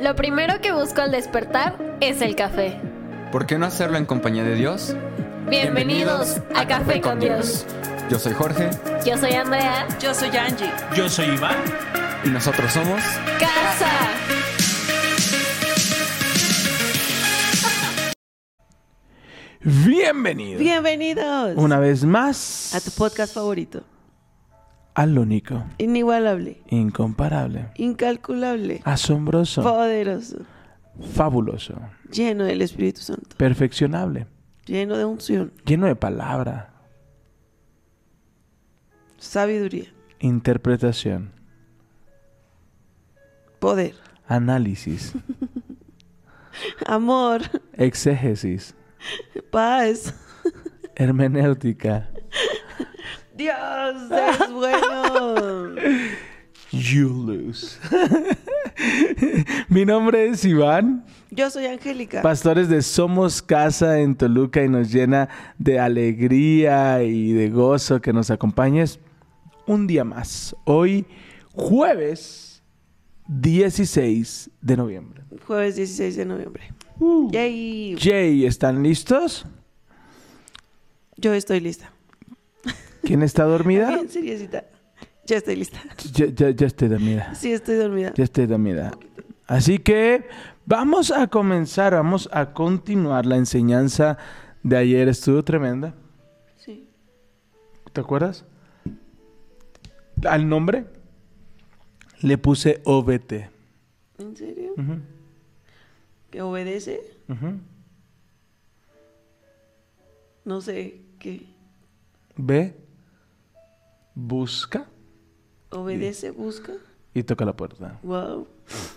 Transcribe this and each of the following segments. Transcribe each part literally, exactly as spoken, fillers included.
Lo primero que busco al despertar es el café. ¿Por qué no hacerlo en compañía de Dios? Bienvenidos, Bienvenidos a, a Café, Café con Dios. Dios. Yo soy Jorge. Yo soy Andrea. Yo soy Angie. Yo soy Iván. Y nosotros somos... ¡Casa! Bienvenidos. Bienvenidos. Una vez más. A tu podcast favorito. Al único. Inigualable. Incomparable. Incalculable. Asombroso. Poderoso. Fabuloso. Lleno del Espíritu Santo. Perfeccionable. Lleno de unción. Lleno de palabra. Sabiduría. Interpretación. Poder. Análisis. Amor. Exégesis. Paz. Hermenéutica. Dios es bueno. You lose. Mi nombre es Iván. Yo soy Angélica. Pastores de Somos Casa en Toluca, y nos llena de alegría y de gozo que nos acompañes un día más. Hoy, jueves dieciséis de noviembre. Jueves dieciséis de noviembre. Uh. Yay. Jay, ¿están listos? Yo estoy lista. ¿Quién está dormida? Bien, seriecita. Ya estoy lista. Ya, ya, ya estoy dormida. Sí, estoy dormida. Ya estoy dormida. Así que vamos a comenzar, vamos a continuar la enseñanza de ayer. Estuvo tremenda. Sí. ¿Te acuerdas? Al nombre le puse O B T. ¿En serio? Uh-huh. ¿Que obedece? Uh-huh. No sé qué. Ve, busca. Obedece, busca. Y toca la puerta. Wow.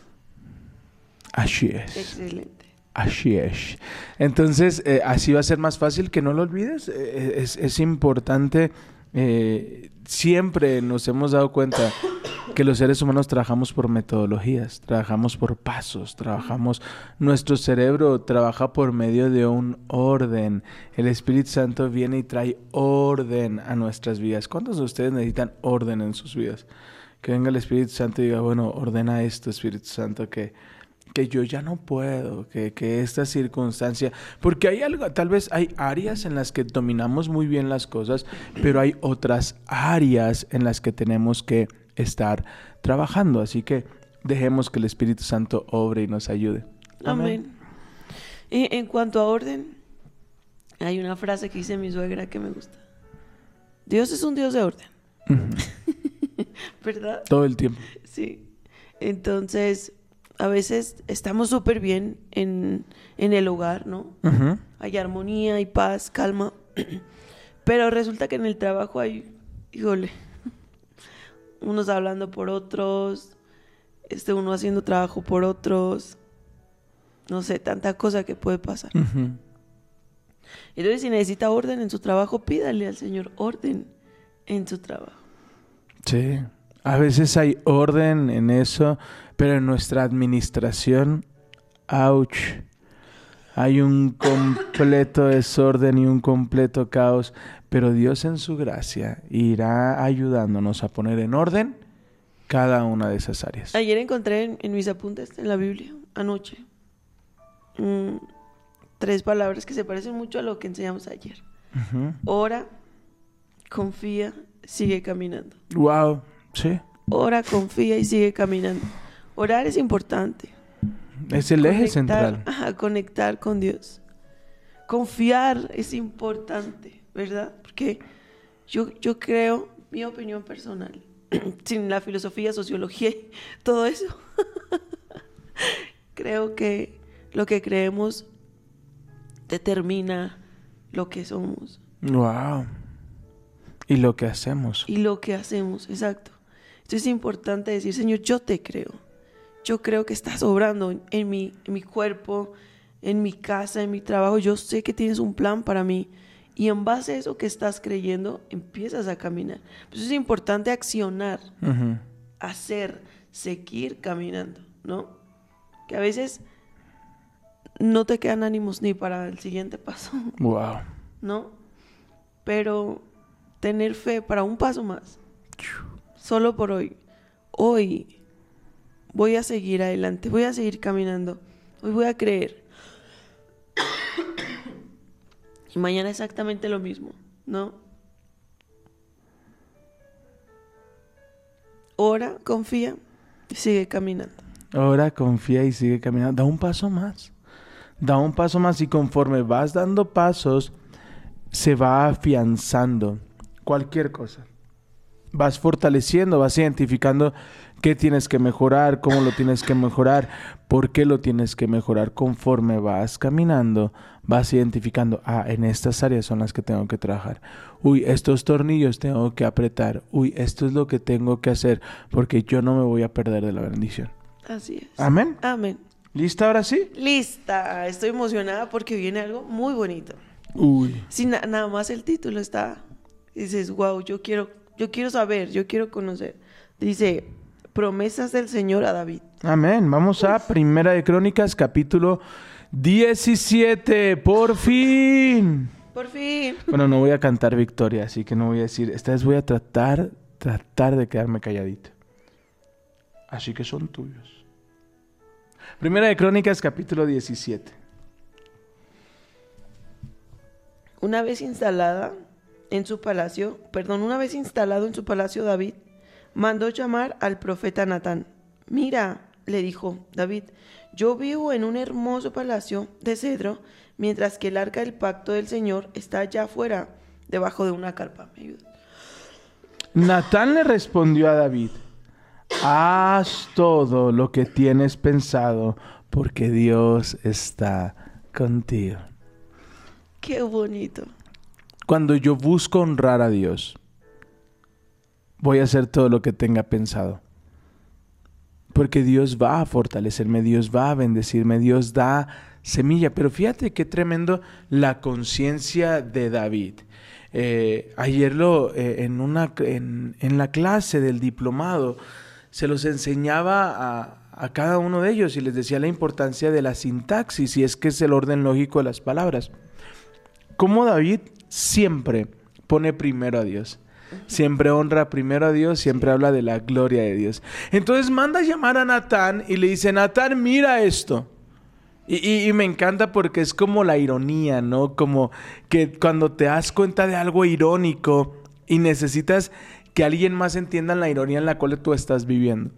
Así es. Excelente. Así es. Entonces, eh, así va a ser más fácil que no lo olvides. Eh, es, es importante. Eh, siempre nos hemos dado cuenta que los seres humanos trabajamos por metodologías, trabajamos por pasos, trabajamos... Nuestro cerebro trabaja por medio de un orden. El Espíritu Santo viene y trae orden a nuestras vidas. ¿Cuántos de ustedes necesitan orden en sus vidas? Que venga el Espíritu Santo y diga, bueno, ordena esto, Espíritu Santo, que... que yo ya no puedo, que, que esta circunstancia... Porque hay algo, tal vez hay áreas en las que dominamos muy bien las cosas, pero hay otras áreas en las que tenemos que estar trabajando. Así que dejemos que el Espíritu Santo obre y nos ayude. Amén. Amén. Y en cuanto a orden, hay una frase que dice mi suegra que me gusta. Dios es un Dios de orden. Uh-huh. ¿Verdad? Todo el tiempo. Sí. Entonces... a veces estamos súper bien en, en el hogar, ¿no? Uh-huh. Hay armonía, hay paz, calma. Pero resulta que en el trabajo hay, híjole, unos hablando por otros, este uno haciendo trabajo por otros. No sé, tanta cosa que puede pasar. Uh-huh. Entonces, si necesita orden en su trabajo, pídale al Señor orden en su trabajo. Sí. A veces hay orden en eso, pero en nuestra administración, ouch, hay un completo desorden y un completo caos. Pero Dios en su gracia irá ayudándonos a poner en orden cada una de esas áreas. Ayer encontré en, en mis apuntes en la Biblia, anoche, mmm, tres palabras que se parecen mucho a lo que enseñamos ayer. Uh-huh. Ora, confía, sigue caminando. Wow. Sí. Ora, confía y sigue caminando. Orar es importante. Es el conectar, eje central. Ajá, conectar con Dios. Confiar es importante, ¿verdad? Porque yo, yo creo, mi opinión personal, sin la filosofía, sociología y todo eso, creo que lo que creemos determina lo que somos. Wow. Y lo que hacemos. Y lo que hacemos, exacto. Entonces es importante decir, Señor, yo te creo. Yo creo que estás obrando en, en, mi, en mi cuerpo, en mi casa, en mi trabajo. Yo sé que tienes un plan para mí. Y en base a eso que estás creyendo, empiezas a caminar. Pues es importante accionar, uh-huh. hacer, seguir caminando, ¿no? Que a veces no te quedan ánimos ni para el siguiente paso. Wow. ¿No? Pero tener fe para un paso más. Solo por hoy. Hoy voy a seguir adelante, voy a seguir caminando, hoy voy a creer. Y mañana exactamente lo mismo, ¿no? Ora, confía y sigue caminando. Ora, confía y sigue caminando. Da un paso más. Da un paso más y conforme vas dando pasos, se va afianzando cualquier cosa. Vas fortaleciendo, vas identificando qué tienes que mejorar, cómo lo tienes que mejorar, por qué lo tienes que mejorar. Conforme vas caminando, vas identificando, ah, en estas áreas son las que tengo que trabajar. Uy, estos tornillos tengo que apretar. Uy, esto es lo que tengo que hacer porque yo no me voy a perder de la bendición. Así es. Amén. Amén. ¿Lista ahora sí? Lista. Estoy emocionada porque viene algo muy bonito. Uy. Si na- nada más el título está, dices, wow, yo quiero, yo quiero saber, yo quiero conocer. Dice, promesas del Señor a David. Amén. Vamos a Primera de Crónicas, capítulo diecisiete. ¡Por fin! Por fin. Bueno, no voy a cantar victoria, así que no voy a decir. Esta vez voy a tratar, tratar de quedarme calladito. Así que son tuyos. Primera de Crónicas, capítulo diecisiete. Una vez instalada en su palacio, perdón, una vez instalado en su palacio David, mandó llamar al profeta Natán. Mira, le dijo David, yo vivo en un hermoso palacio de cedro, mientras que el arca del pacto del Señor está allá afuera, debajo de una carpa. ¿Me ayudas? Natán le respondió a David, haz todo lo que tienes pensado, porque Dios está contigo. Qué bonito. Cuando yo busco honrar a Dios, voy a hacer todo lo que tenga pensado. Porque Dios va a fortalecerme, Dios va a bendecirme, Dios da semilla. Pero fíjate qué tremendo la conciencia de David. Eh, ayer lo, eh, en, una, en, en la clase del diplomado se los enseñaba a, a cada uno de ellos y les decía la importancia de la sintaxis, y es que es el orden lógico de las palabras. Cómo David siempre pone primero a Dios. Siempre honra primero a Dios, siempre habla de la gloria de Dios. Entonces manda a llamar a Natán y le dice, Natán, mira esto. Y, y, y me encanta porque es como la ironía, ¿no? Como que cuando te das cuenta de algo irónico y necesitas que alguien más entienda la ironía en la cual tú estás viviendo.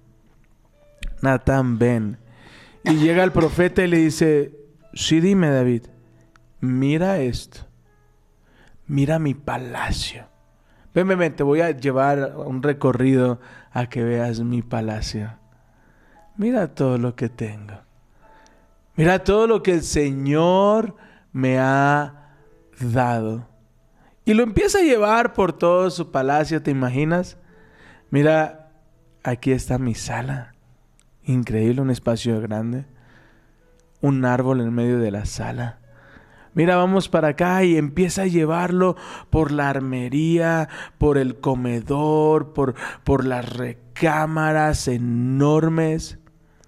Natán, ven. Y llega el profeta y le dice, sí, dime, David, mira esto. Mira mi palacio. Ven, ven, ven, te voy a llevar un recorrido a que veas mi palacio. Mira todo lo que tengo. Mira todo lo que el Señor me ha dado. Y lo empieza a llevar por todo su palacio, ¿te imaginas? Mira, aquí está mi sala. Increíble, un espacio grande. Un árbol en medio de la sala. Mira, vamos para acá y empieza a llevarlo por la armería, por el comedor, por, por las recámaras enormes.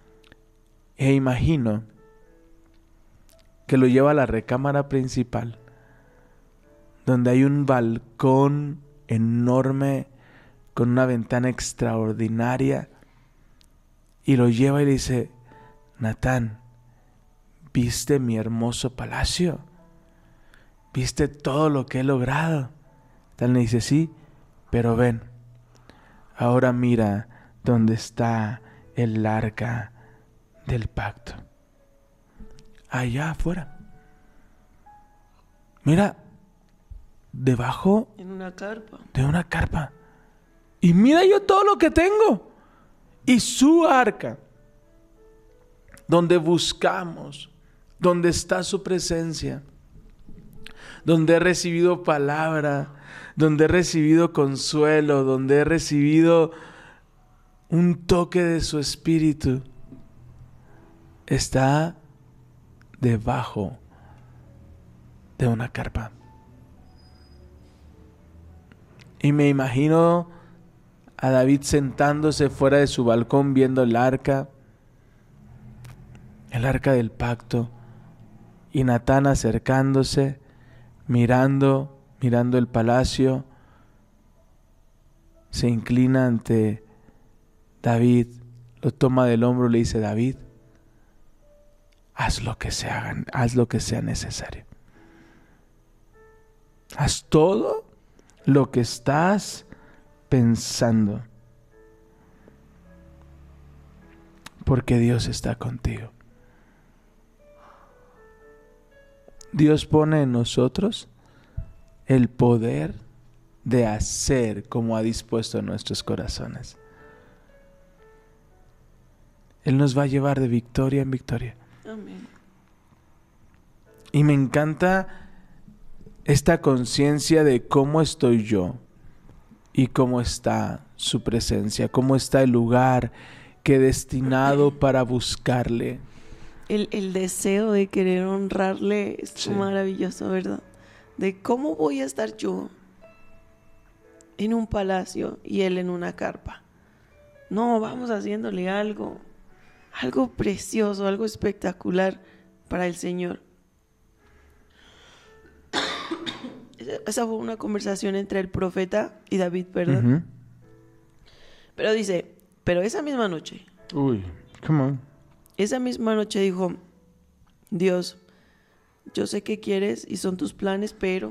E imagino que lo lleva a la recámara principal, donde hay un balcón enorme con una ventana extraordinaria. Y lo lleva y le dice, Natán, ¿viste mi hermoso palacio? ¿Viste todo lo que he logrado? Tal le dice, sí, pero ven, ahora mira dónde está el arca del pacto. Allá afuera. Mira, debajo En una carpa. de una carpa. Y mira yo todo lo que tengo. Y su arca, donde buscamos, donde está su presencia, donde he recibido palabra, donde he recibido consuelo, donde he recibido un toque de su espíritu, está debajo de una carpa. Y me imagino a David sentándose fuera de su balcón viendo el arca, el arca del pacto, y Natán acercándose, mirando, mirando el palacio, se inclina ante David, lo toma del hombro y le dice: David, haz lo que se haga, haz lo que sea necesario. Haz todo lo que estás pensando, porque Dios está contigo. Dios pone en nosotros el poder de hacer como ha dispuesto en nuestros corazones. Él nos va a llevar de victoria en victoria. Amén. Y me encanta esta conciencia de cómo estoy yo y cómo está su presencia, cómo está el lugar que he destinado para buscarle. El, el deseo de querer honrarle es Sí. maravilloso, ¿verdad? De cómo voy a estar yo en un palacio y él en una carpa. No, vamos haciéndole algo, algo precioso, algo espectacular para el Señor. Esa fue una conversación entre el profeta y David, ¿verdad? Uh-huh. Pero dice, pero esa misma noche, Uy, come on. esa misma noche dijo, Dios, yo sé que quieres y son tus planes, pero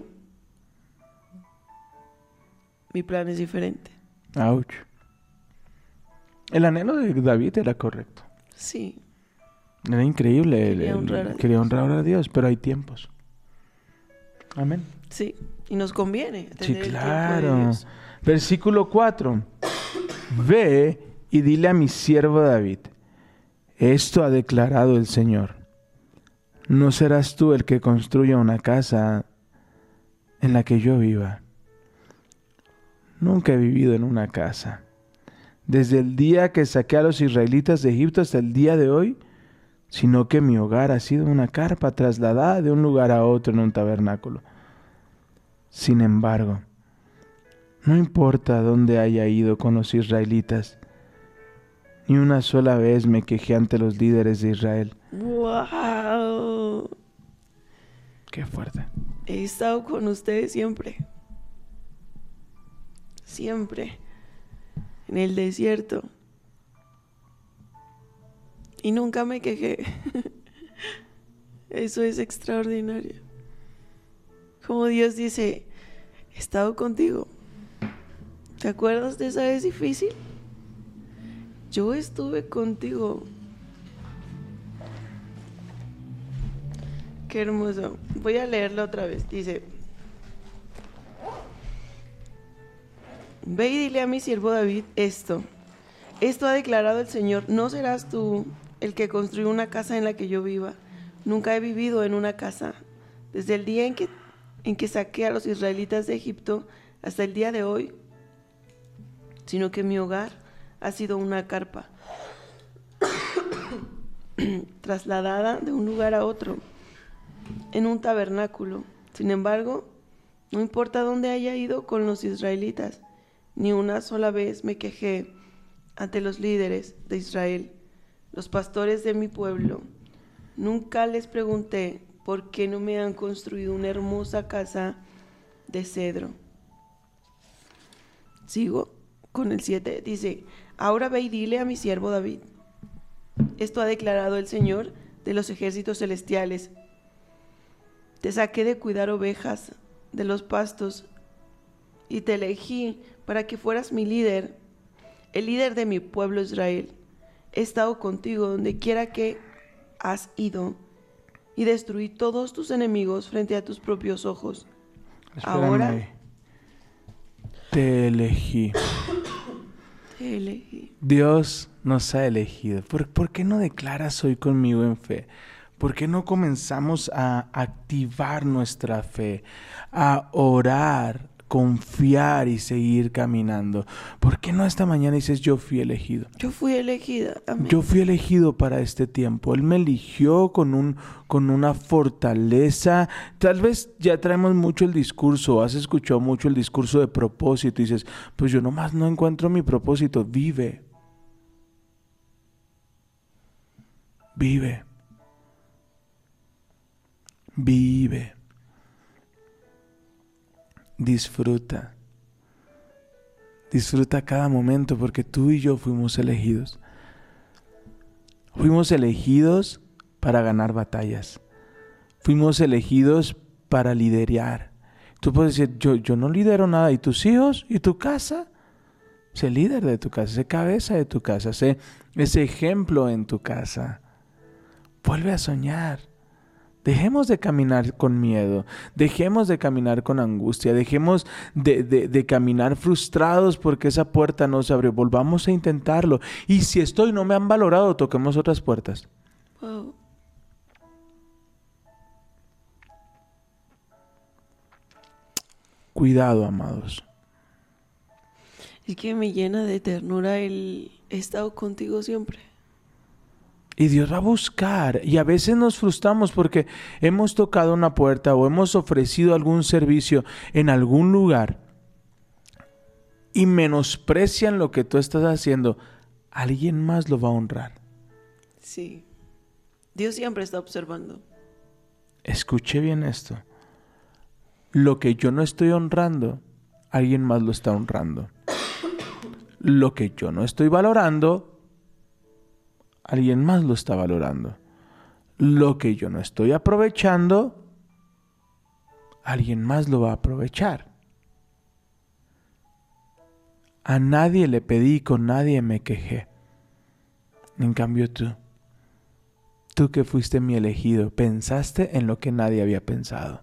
mi plan es diferente. Ouch. El anhelo de David era correcto. Sí, Era increíble. Quería Él- él honrar a Dios. quería honrar a Dios, pero hay tiempos. Amén. sí, y nos conviene Sí, tener el tiempo de claro. Dios. Versículo cuatro. Ve y dile a mi siervo David, esto ha declarado el Señor. No serás tú el que construya una casa en la que yo viva. Nunca he vivido en una casa. Desde el día que saqué a los israelitas de Egipto hasta el día de hoy, sino que mi hogar ha sido una carpa trasladada de un lugar a otro en un tabernáculo. Sin embargo, no importa dónde haya ido con los israelitas, ni una sola vez me quejé ante los líderes de Israel. ¡Wow! Qué fuerte. He estado con ustedes siempre. Siempre. En el desierto. Y nunca me quejé. Eso es extraordinario. Como Dios dice, he estado contigo. ¿Te acuerdas de esa vez difícil? Yo estuve contigo. Qué hermoso. Voy a leerlo otra vez. Dice, ve y dile a mi siervo David esto. Esto ha declarado el Señor. No serás tú el que construyó una casa en la que yo viva. Nunca he vivido en una casa. Desde el día en que, en que saqué a los israelitas de Egipto hasta el día de hoy, sino que mi hogar ha sido una carpa trasladada de un lugar a otro en un tabernáculo. Sin embargo, no importa dónde haya ido con los israelitas, ni una sola vez me quejé ante los líderes de Israel, los pastores de mi pueblo. Nunca les pregunté por qué no me han construido una hermosa casa de cedro. Sigo con el siete. Dice, ahora ve y dile a mi siervo David, esto ha declarado el Señor de los ejércitos celestiales. Te saqué de cuidar ovejas de los pastos y te elegí para que fueras mi líder, el líder de mi pueblo Israel. He estado contigo donde quiera que has ido y destruí todos tus enemigos frente a tus propios ojos. Espérame. Ahora Te elegí. te elegí. Dios nos ha elegido. ¿Por, por qué no declaras hoy conmigo en fe? ¿Por qué no comenzamos a activar nuestra fe, a orar, confiar y seguir caminando? ¿Por qué no esta mañana dices, yo fui elegido? Yo fui elegida. Amén. Yo fui elegido para este tiempo. Él me eligió con un, con una fortaleza. Tal vez ya traemos mucho el discurso, has escuchado mucho el discurso de propósito y dices, pues yo nomás no encuentro mi propósito. Vive. Vive. Vive. Disfruta. Disfruta cada momento porque tú y yo fuimos elegidos. Fuimos elegidos para ganar batallas. Fuimos elegidos para liderar. Tú puedes decir, yo, yo no lidero nada. ¿Y tus hijos? ¿Y tu casa? Sé líder de tu casa, sé cabeza de tu casa, sé ese ejemplo en tu casa. Vuelve a soñar. Dejemos de caminar con miedo, dejemos de caminar con angustia, dejemos de, de, de caminar frustrados porque esa puerta no se abrió. Volvamos a intentarlo. Y si estoy no me han valorado, toquemos otras puertas. Wow. Cuidado, amados. Es que me llena de ternura el he estado contigo siempre. Y Dios va a buscar, y a veces nos frustramos porque hemos tocado una puerta o hemos ofrecido algún servicio en algún lugar y menosprecian lo que tú estás haciendo. Alguien más lo va a honrar. Sí. Dios siempre está observando. Escuche bien esto. Lo que yo no estoy honrando, alguien más lo está honrando. Lo que yo no estoy valorando, alguien más lo está valorando. Lo que yo no estoy aprovechando, alguien más lo va a aprovechar. A nadie le pedí, con nadie me quejé. En cambio tú, tú que fuiste mi elegido, pensaste en lo que nadie había pensado.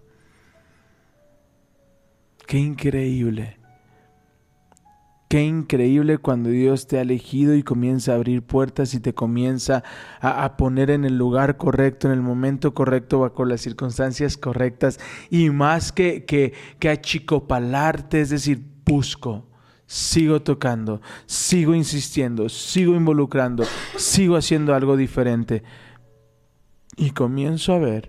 ¡Qué increíble! Qué increíble cuando Dios te ha elegido y comienza a abrir puertas y te comienza a, a poner en el lugar correcto, en el momento correcto, bajo las circunstancias correctas. Y más que, que, que achicopalarte, es decir, busco, sigo tocando, sigo insistiendo, sigo involucrando, sigo haciendo algo diferente. Y comienzo a ver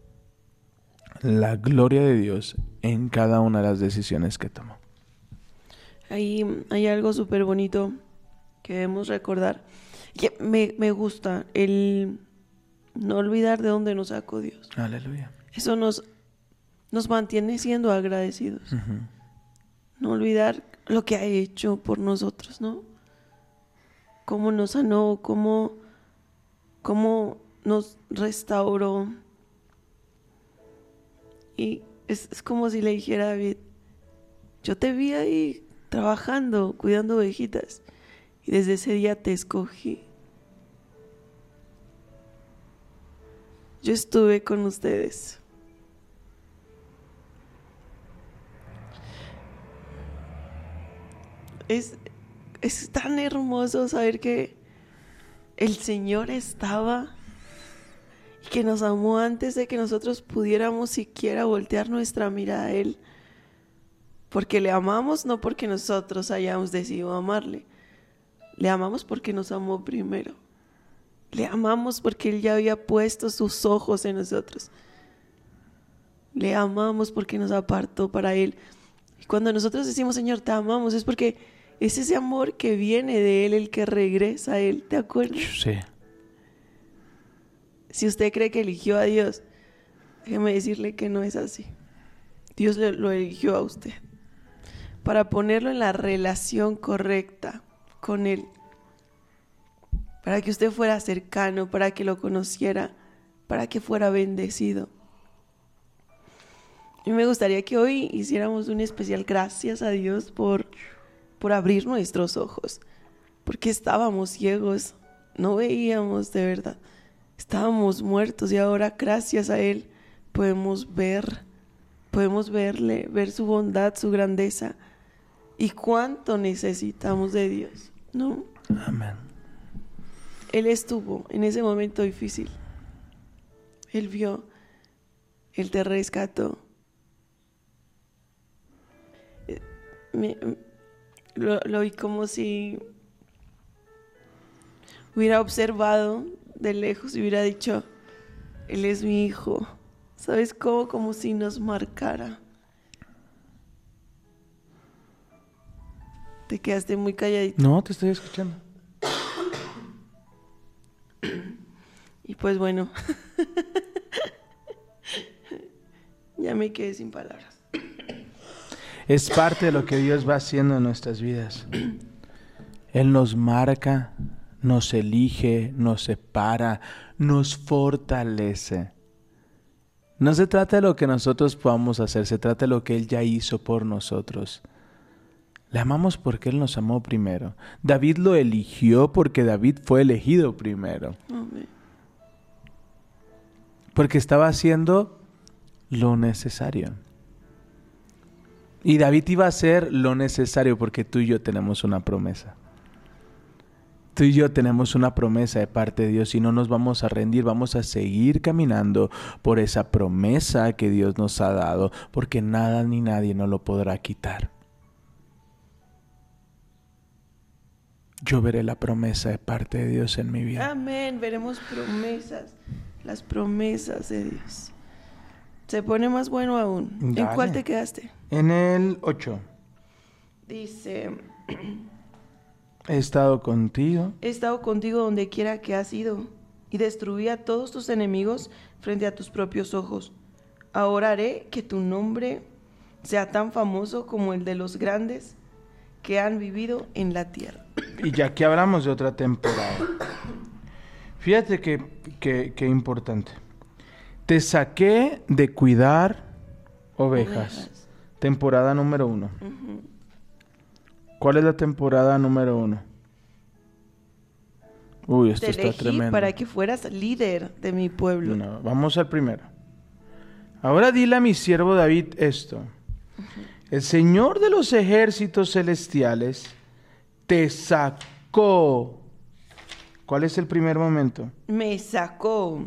la gloria de Dios en cada una de las decisiones que tomo. Ahí hay algo súper bonito que debemos recordar. Que me, me gusta el no olvidar de dónde nos sacó Dios. Aleluya. Eso nos, nos mantiene siendo agradecidos. Uh-huh. No olvidar lo que ha hecho por nosotros, ¿no? Cómo nos sanó, cómo, cómo nos restauró. Y es, es como si le dijera a David, yo te vi ahí trabajando, cuidando ovejitas, y desde ese día te escogí. Yo estuve con ustedes. Es, es tan hermoso saber que el Señor estaba y que nos amó antes de que nosotros pudiéramos siquiera voltear nuestra mirada a Él. Porque le amamos, no porque nosotros hayamos decidido amarle. Le amamos porque nos amó primero. Le amamos porque Él ya había puesto sus ojos en nosotros. Le amamos porque nos apartó para Él. Y cuando nosotros decimos, Señor, te amamos, es porque es ese amor que viene de Él, el que regresa a Él. ¿Te acuerdas? Sí. Si usted cree que eligió a Dios, déjeme decirle que no es así. Dios lo eligió a usted para ponerlo en la relación correcta con Él, para que usted fuera cercano, para que lo conociera, para que fuera bendecido. Y me gustaría que hoy hiciéramos un especial gracias a Dios por, por abrir nuestros ojos, porque estábamos ciegos, no veíamos de verdad, estábamos muertos y ahora gracias a Él podemos ver, podemos verle, ver su bondad, su grandeza. Y cuánto necesitamos de Dios, ¿no? Amén. Él estuvo en ese momento difícil. Él vio, Él te rescató. Me, lo, lo vi como si hubiera observado de lejos y hubiera dicho, Él es mi hijo. ¿Sabes cómo? Como si nos marcara. Te quedaste muy calladito. No, te estoy escuchando. Y pues bueno, ya me quedé sin palabras. Es parte de lo que Dios va haciendo en nuestras vidas. Él nos marca, nos elige, nos separa, nos fortalece. No se trata de lo que nosotros podamos hacer, se trata de lo que Él ya hizo por nosotros. Le amamos porque Él nos amó primero. David lo eligió porque David fue elegido primero. Amén. Porque estaba haciendo lo necesario. Y David iba a hacer lo necesario porque tú y yo tenemos una promesa. Tú y yo tenemos una promesa de parte de Dios y no nos vamos a rendir, vamos a seguir caminando por esa promesa que Dios nos ha dado, porque nada ni nadie nos lo podrá quitar. Yo veré la promesa de parte de Dios en mi vida. Amén. Veremos promesas. Las promesas de Dios. Se pone más bueno aún. Dale. ¿En cuál te quedaste? En el ocho. Dice: He estado contigo. He estado contigo donde quiera que has ido, y destruí a todos tus enemigos frente a tus propios ojos. Ahora haré que tu nombre sea tan famoso como el de los grandes que han vivido en la tierra. Y ya que hablamos de otra temporada. Fíjate que, que, que importante. Te saqué de cuidar ovejas. Ovejas. Temporada número uno. Uh-huh. ¿Cuál es la temporada número uno? Uy, esto Te está elegí tremendo. para que fueras líder de mi pueblo. No, vamos al primero. Ahora dile a mi siervo David esto. Uh-huh. El Señor de los ejércitos celestiales te sacó. ¿Cuál es el primer momento? Me sacó.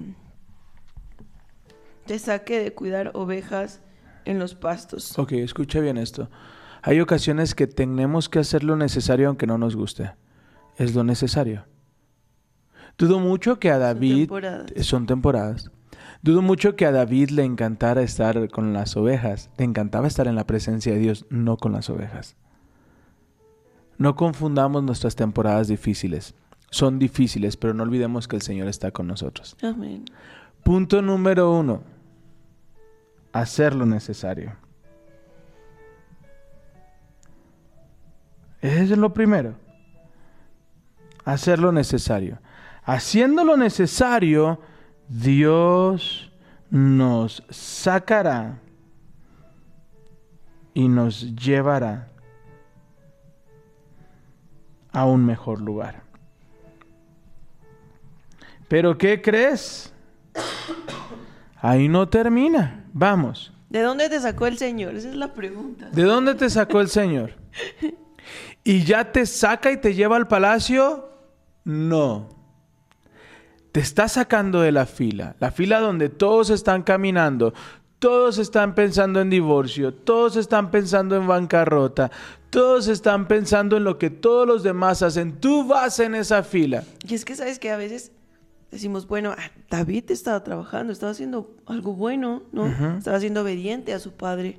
Te saqué de cuidar ovejas en los pastos. Ok, escucha bien esto. Hay ocasiones que tenemos que hacer lo necesario aunque no nos guste. Es lo necesario. Dudo mucho que a David... Son temporadas. Son temporadas. Dudo mucho que a David le encantara estar con las ovejas. Le encantaba estar en la presencia de Dios, no con las ovejas. No confundamos nuestras temporadas difíciles. Son difíciles, pero no olvidemos que el Señor está con nosotros. Amén. Punto número uno. Hacer lo necesario. Eso es lo primero. Hacer lo necesario. Haciendo lo necesario, Dios nos sacará y nos llevará a un mejor lugar. ¿Pero qué crees? Ahí no termina. Vamos. ¿De dónde te sacó el Señor? Esa es la pregunta. ¿De dónde te sacó el Señor? ¿Y ya te saca y te lleva al palacio? No. Te está sacando de la fila. La fila donde todos están caminando. Todos están pensando en divorcio. Todos están pensando en bancarrota. Todos están pensando en lo que todos los demás hacen. Tú vas en esa fila. Y es que sabes que a veces decimos, bueno, ah, David estaba trabajando, estaba haciendo algo bueno, ¿no? Uh-huh. Estaba siendo obediente a su padre.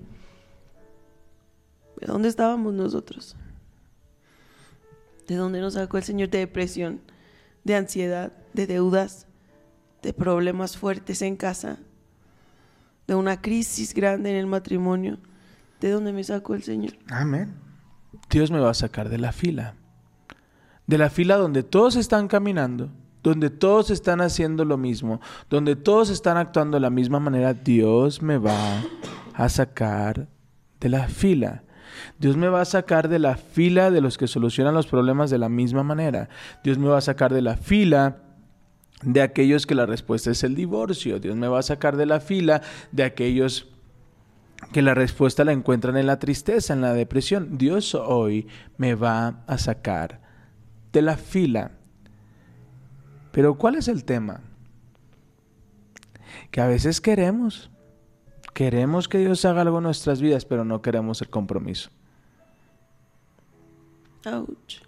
¿De dónde estábamos nosotros? ¿De dónde nos sacó el Señor? De depresión, de ansiedad, de deudas, de problemas fuertes en casa, de una crisis grande en el matrimonio. ¿De dónde me sacó el Señor? Amén. Dios me va a sacar de la fila. De la fila donde todos están caminando, donde todos están haciendo lo mismo, donde todos están actuando de la misma manera. Dios me va a sacar de la fila. Dios me va a sacar de la fila de los que solucionan los problemas de la misma manera. Dios me va a sacar de la fila de aquellos que la respuesta es el divorcio. Dios me va a sacar de la fila de aquellos que la respuesta la encuentran en la tristeza, en la depresión. Dios hoy me va a sacar de la fila. Pero ¿cuál es el tema? Que a veces queremos, queremos que Dios haga algo en nuestras vidas, pero no queremos el compromiso. Ouch.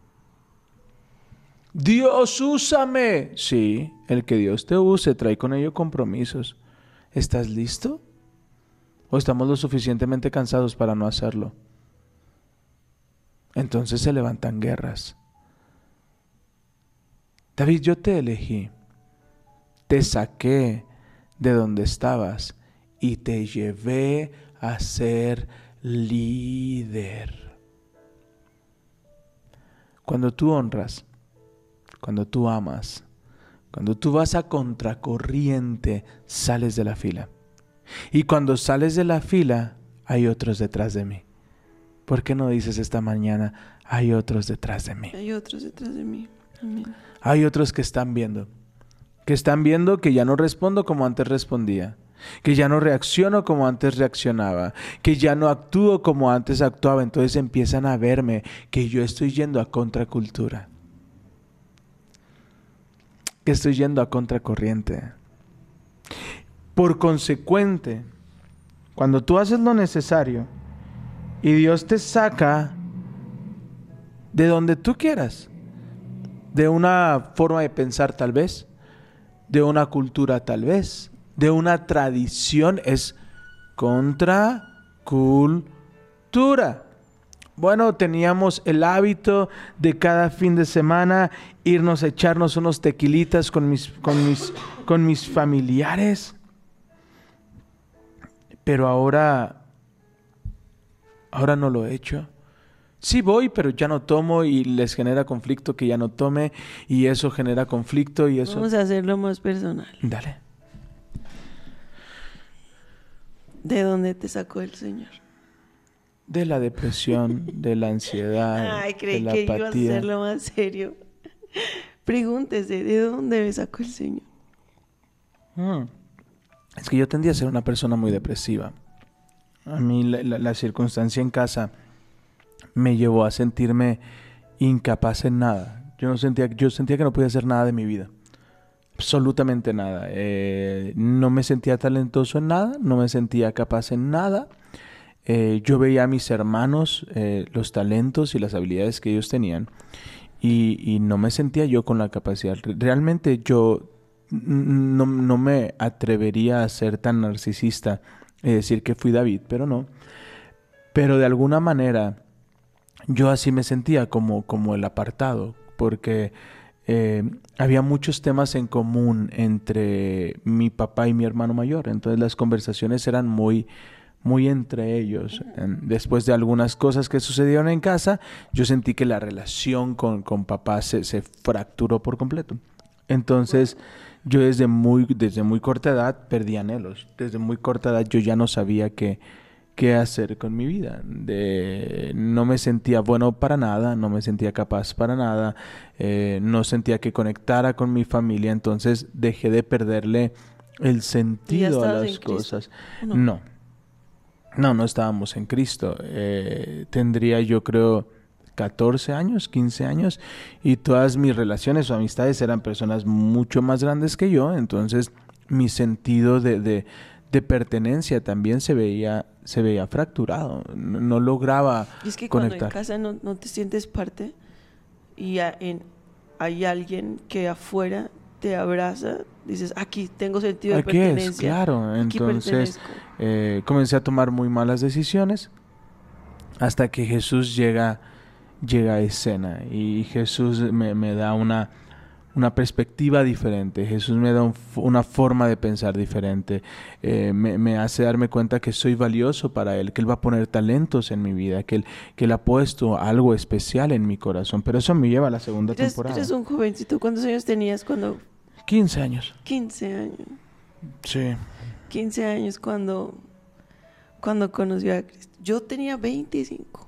Dios, úsame. Sí, el que Dios te use trae con ello compromisos. ¿Estás listo? ¿O estamos lo suficientemente cansados para no hacerlo? Entonces se levantan guerras. David, yo te elegí, te saqué de donde estabas y te llevé a ser líder. Cuando tú honras, cuando tú amas, cuando tú vas a contracorriente, sales de la fila. Y cuando sales de la fila, hay otros detrás de mí. ¿Por qué no dices esta mañana, hay otros detrás de mí? Hay otros detrás de mí. Amén. Hay otros que están viendo. Que están viendo que ya no respondo como antes respondía. Que ya no reacciono como antes reaccionaba. Que ya no actúo como antes actuaba. Entonces empiezan a verme que yo estoy yendo a contracultura. Que estoy yendo a contracorriente. Por consecuente, cuando tú haces lo necesario y Dios te saca de donde tú quieras, de una forma de pensar tal vez, de una cultura tal vez, de una tradición, es contracultura. Bueno, teníamos el hábito de cada fin de semana irnos a echarnos unos tequilitas con mis, con mis, con mis familiares. Pero ahora, ahora no lo he hecho. Sí voy, pero ya no tomo y les genera conflicto que ya no tome y eso genera conflicto y eso... Vamos a hacerlo más personal. Dale. ¿De dónde te sacó el Señor? De la depresión, de la ansiedad, Ay, de creí la que ibas a apatía. hacerlo más serio. Pregúntese, ¿de dónde me sacó el Señor? Mm. Es que yo tendía a ser una persona muy depresiva. A mí la, la, la circunstancia en casa me llevó a sentirme incapaz en nada. Yo no sentía, yo sentía que no podía hacer nada de mi vida. Absolutamente nada. Eh, no me sentía talentoso en nada, no me sentía capaz en nada. Eh, yo veía a mis hermanos, eh, los talentos y las habilidades que ellos tenían y, y no me sentía yo con la capacidad. Realmente yo no, no me atrevería a ser tan narcisista y decir que fui David, pero no. Pero de alguna manera yo así me sentía como, como el apartado, porque eh, había muchos temas en común entre mi papá y mi hermano mayor. Entonces las conversaciones eran muy, muy entre ellos. Después de algunas cosas que sucedieron en casa, yo sentí que la relación con, con papá se, se fracturó por completo. Entonces yo desde muy, desde muy corta edad perdí anhelos. Desde muy corta edad yo ya no sabía qué, qué hacer con mi vida. De, no me sentía bueno para nada, no me sentía capaz para nada, eh, no sentía que conectara con mi familia. Entonces dejé de perderle el sentido a las cosas. No. no, no, no estábamos en Cristo. Eh, tendría yo creo catorce años, quince años, y todas mis relaciones o amistades eran personas mucho más grandes que yo. Entonces mi sentido de, de, de pertenencia también se veía, se veía fracturado. No, no lograba Y es que conectar. cuando en casa no, no te sientes parte y a, en, hay alguien que afuera te abraza, dices, aquí tengo sentido de Aquí pertenencia. es, claro. Aquí Entonces pertenezco. eh, comencé a tomar muy malas decisiones hasta que Jesús llega llega a escena y Jesús me, me da una, una perspectiva diferente. Jesús me da un, una forma de pensar diferente. Eh, me, me hace darme cuenta que soy valioso para Él, que Él va a poner talentos en mi vida, que Él, que él ha puesto algo especial en mi corazón. Pero eso me lleva a la segunda Eres, temporada. eres un jovencito. ¿Cuántos años tenías cuando...? quince años. quince años. Sí. quince años cuando, cuando conoció a Cristo. Yo tenía veinticinco.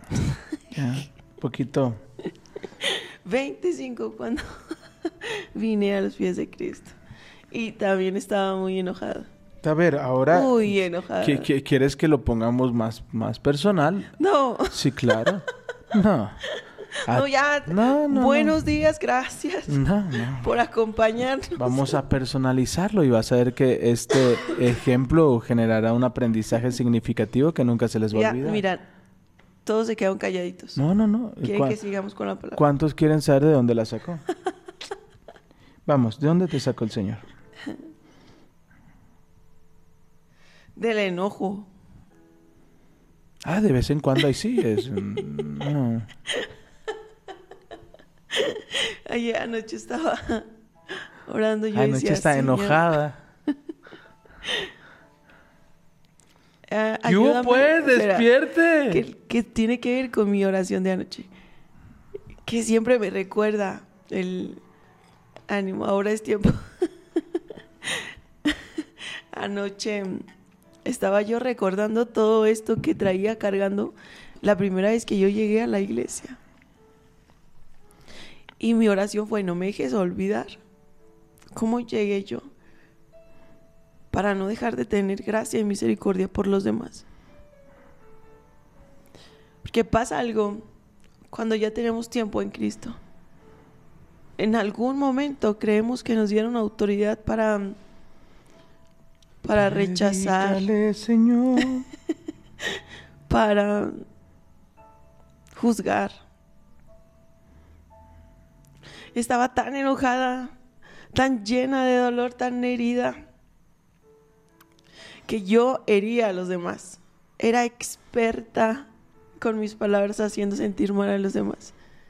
Ya, poquito. veinticinco cuando vine a los pies de Cristo. Y también estaba muy enojada. A ver, ahora... Muy enojada. ¿Qué- qué- ¿Quieres que lo pongamos más, más personal? No. Sí, claro. No. Ah, No, ya. no, no, Buenos no. días, gracias No, no. por acompañarnos. Vamos a personalizarlo y vas a ver que este ejemplo generará un aprendizaje significativo que nunca se les va a Ya, olvidar. mira, todos se quedan calladitos. No, no, no. Quieren ¿Cuá- que sigamos con la palabra. ¿Cuántos quieren saber de dónde la sacó? Vamos, ¿de dónde te sacó el Señor? Del enojo. Ah, de vez en cuando ahí sí es. mm, No. Ayer anoche estaba orando yo y Anoche decía, está "Señor, enojada. ah, ¿Qué hubo, ayúdame". pues? Espera, ¡Despierte! que, que tiene que ver con mi oración de anoche. Que siempre me recuerda el, Ánimo, ahora es tiempo. Anoche estaba yo recordando todo esto que traía cargando la primera vez que yo llegué a la iglesia. Y mi oración fue: no me dejes olvidar cómo llegué yo, para no dejar de tener gracia y misericordia por los demás. Porque pasa algo cuando ya tenemos tiempo en Cristo. En algún momento creemos que nos dieron autoridad para, para rechazar, Predícale, Señor. para juzgar. Estaba tan enojada, tan llena de dolor, tan herida, que yo hería a los demás. Era experta con mis palabras haciendo sentir mal a los demás.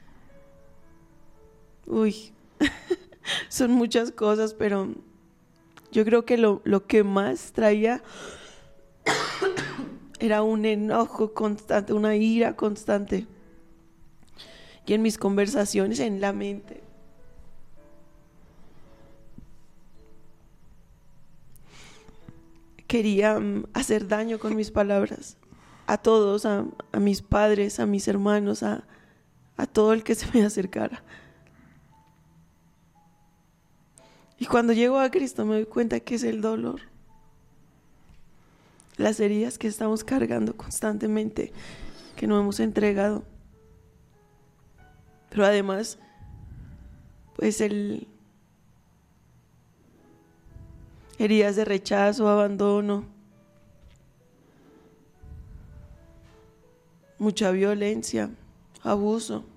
Uy, son muchas cosas, pero yo creo que lo, lo que más traía era un enojo constante, una ira constante. Y en mis conversaciones en la mente, quería um, hacer daño con mis palabras a todos, a, a mis padres, a mis hermanos, a, a todo el que se me acercara. Y cuando llego a Cristo me doy cuenta que es el dolor, las heridas que estamos cargando constantemente, que no hemos entregado. Pero además, pues el heridas de rechazo, abandono, mucha violencia, abuso.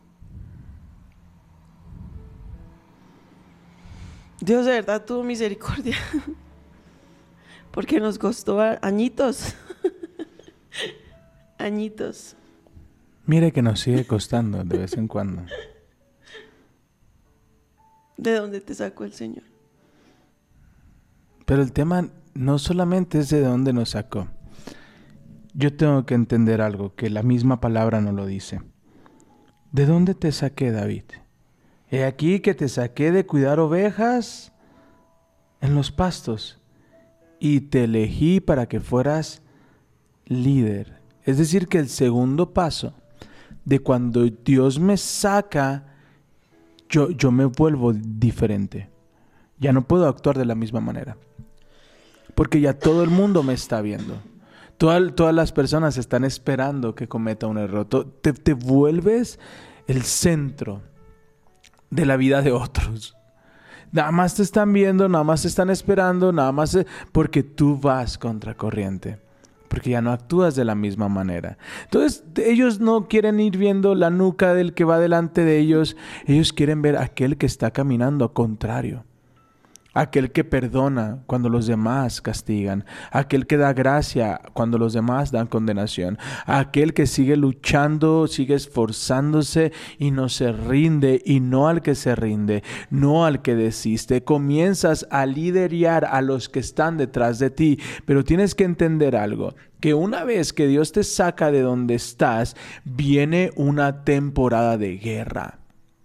Dios de verdad tuvo misericordia, porque nos costó añitos, añitos. Mire que nos sigue costando de vez en cuando. ¿De dónde te sacó el Señor? Pero el tema no solamente es de dónde nos sacó. Yo tengo que entender algo que la misma palabra nos lo dice. ¿De dónde te saqué, David? He aquí que te saqué de cuidar ovejas en los pastos y te elegí para que fueras líder. Es decir, que el segundo paso de cuando Dios me saca, yo, yo me vuelvo diferente. Ya no puedo actuar de la misma manera. Porque ya todo el mundo me está viendo. Toda, todas las personas están esperando que cometa un error. Te, te vuelves el centro de la vida de otros. Nada más te están viendo, nada más te están esperando, nada más te... porque tú vas contra corriente. Porque ya no actúas de la misma manera. Entonces ellos no quieren ir viendo la nuca del que va delante de ellos. Ellos quieren ver a aquel que está caminando contrario. Aquel que perdona cuando los demás castigan. Aquel que da gracia cuando los demás dan condenación. Aquel que sigue luchando, sigue esforzándose y no se rinde. Y no al que se rinde, no al que desiste. Comienzas a liderar a los que están detrás de ti. Pero tienes que entender algo. Que una vez que Dios te saca de donde estás, viene una temporada de guerra.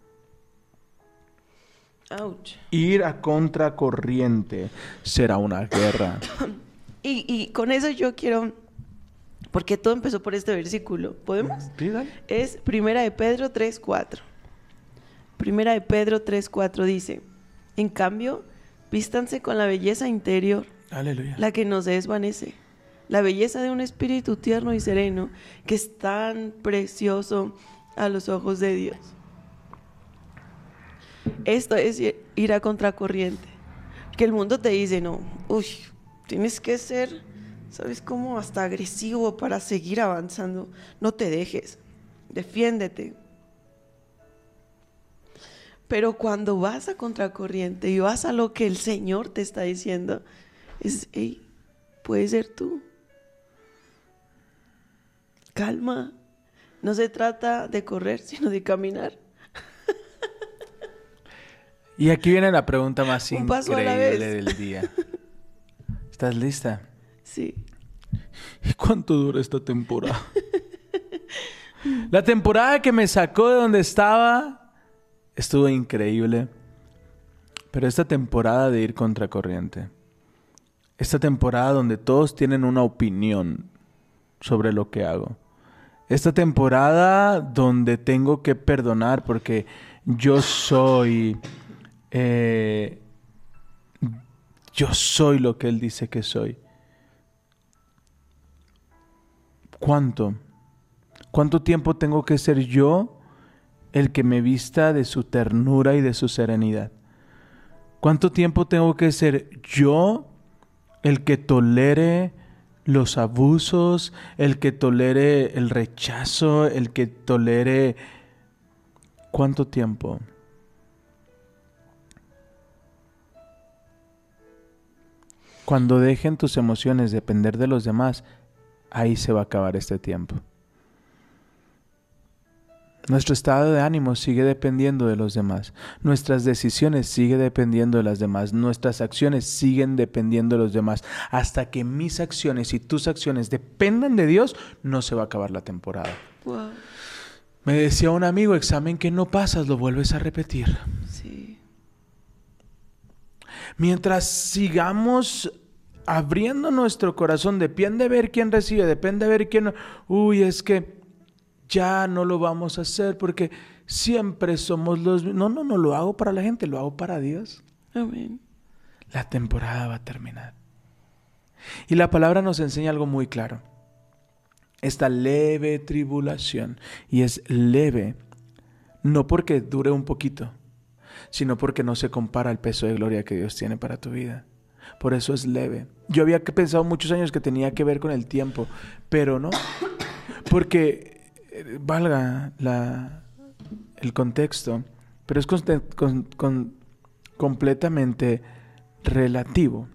Ouch. Ir a contracorriente será una guerra. Y, y con eso yo quiero, porque todo empezó por este versículo. ¿Podemos? Sí, dale. Es Primera de Pedro tres cuatro. Primera de Pedro tres cuatro dice: en cambio, vístanse con la belleza interior, Aleluya. la que no se desvanece, la belleza de un espíritu tierno y sereno, que es tan precioso a los ojos de Dios. Esto es ir a contracorriente. Que el mundo te dice: no, uy, tienes que ser, ¿sabes cómo? Hasta agresivo para seguir avanzando. No te dejes, defiéndete. Pero cuando vas a contracorriente y vas a lo que el Señor te está diciendo, es: hey, puedes ser tú. Calma. No se trata de correr, sino de caminar. Y aquí viene la pregunta más Un paso a la increíble vez. del día. ¿Estás lista? Sí. ¿Y cuánto dura esta temporada? La temporada que me sacó de donde estaba estuvo increíble. Pero esta temporada de ir contracorriente, esta temporada donde todos tienen una opinión sobre lo que hago, esta temporada donde tengo que perdonar porque yo soy, eh, yo soy lo que Él dice que soy. ¿Cuánto? ¿Cuánto tiempo tengo que ser yo el que me vista de su ternura y de su serenidad? ¿Cuánto tiempo tengo que ser yo el que tolere los abusos, el que tolere el rechazo, el que tolere... ¿Cuánto tiempo? Cuando dejen tus emociones depender de los demás, ahí se va a acabar este tiempo. Nuestro estado de ánimo sigue dependiendo de los demás. Nuestras decisiones siguen dependiendo de las demás. Nuestras acciones siguen dependiendo de los demás. Hasta que mis acciones y tus acciones dependan de Dios, no se va a acabar la temporada. Wow. Me decía un amigo, examen que no pasas, lo vuelves a repetir. Sí. Mientras sigamos abriendo nuestro corazón, depende de ver quién recibe, depende de ver quién no. Uy, es que ya no lo vamos a hacer porque siempre somos los... No, no, no lo hago para la gente, lo hago para Dios. Amén. La temporada va a terminar. Y la palabra nos enseña algo muy claro. Esta leve tribulación, y es leve, no porque dure un poquito, sino porque no se compara al peso de gloria que Dios tiene para tu vida. Por eso es leve. Yo había pensado muchos años que tenía que ver con el tiempo, pero no. Porque... valga la, el contexto, pero es con, con, con, completamente relativo.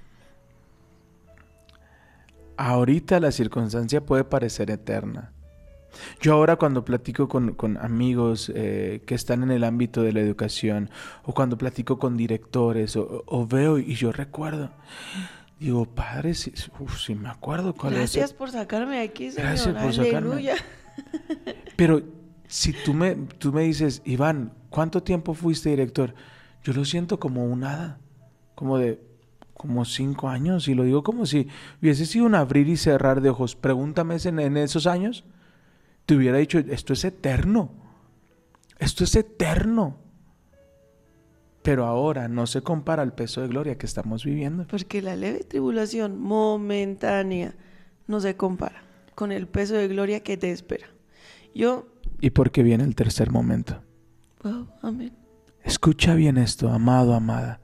Ahorita la circunstancia puede parecer eterna. Yo ahora cuando platico con, con amigos eh, que están en el ámbito de la educación, o cuando platico con directores, o, o veo y yo recuerdo... Digo, Padre, si, uf, si me acuerdo cuál es. Gracias por sacarme de aquí, Señor. Gracias por sacarme. Aleluya. Pero si tú me, tú me dices, Iván, ¿cuánto tiempo fuiste director? Yo lo siento como un nada, como de como cinco años, y lo digo como si hubiese sido un abrir y cerrar de ojos. Pregúntame en, en esos años, te hubiera dicho, esto es eterno, esto es eterno. Pero ahora no se compara al peso de gloria que estamos viviendo. Porque la leve tribulación momentánea no se compara con el peso de gloria que te espera. Yo... Y porque viene el tercer momento. Wow, amén. Escucha bien esto, amado, amada.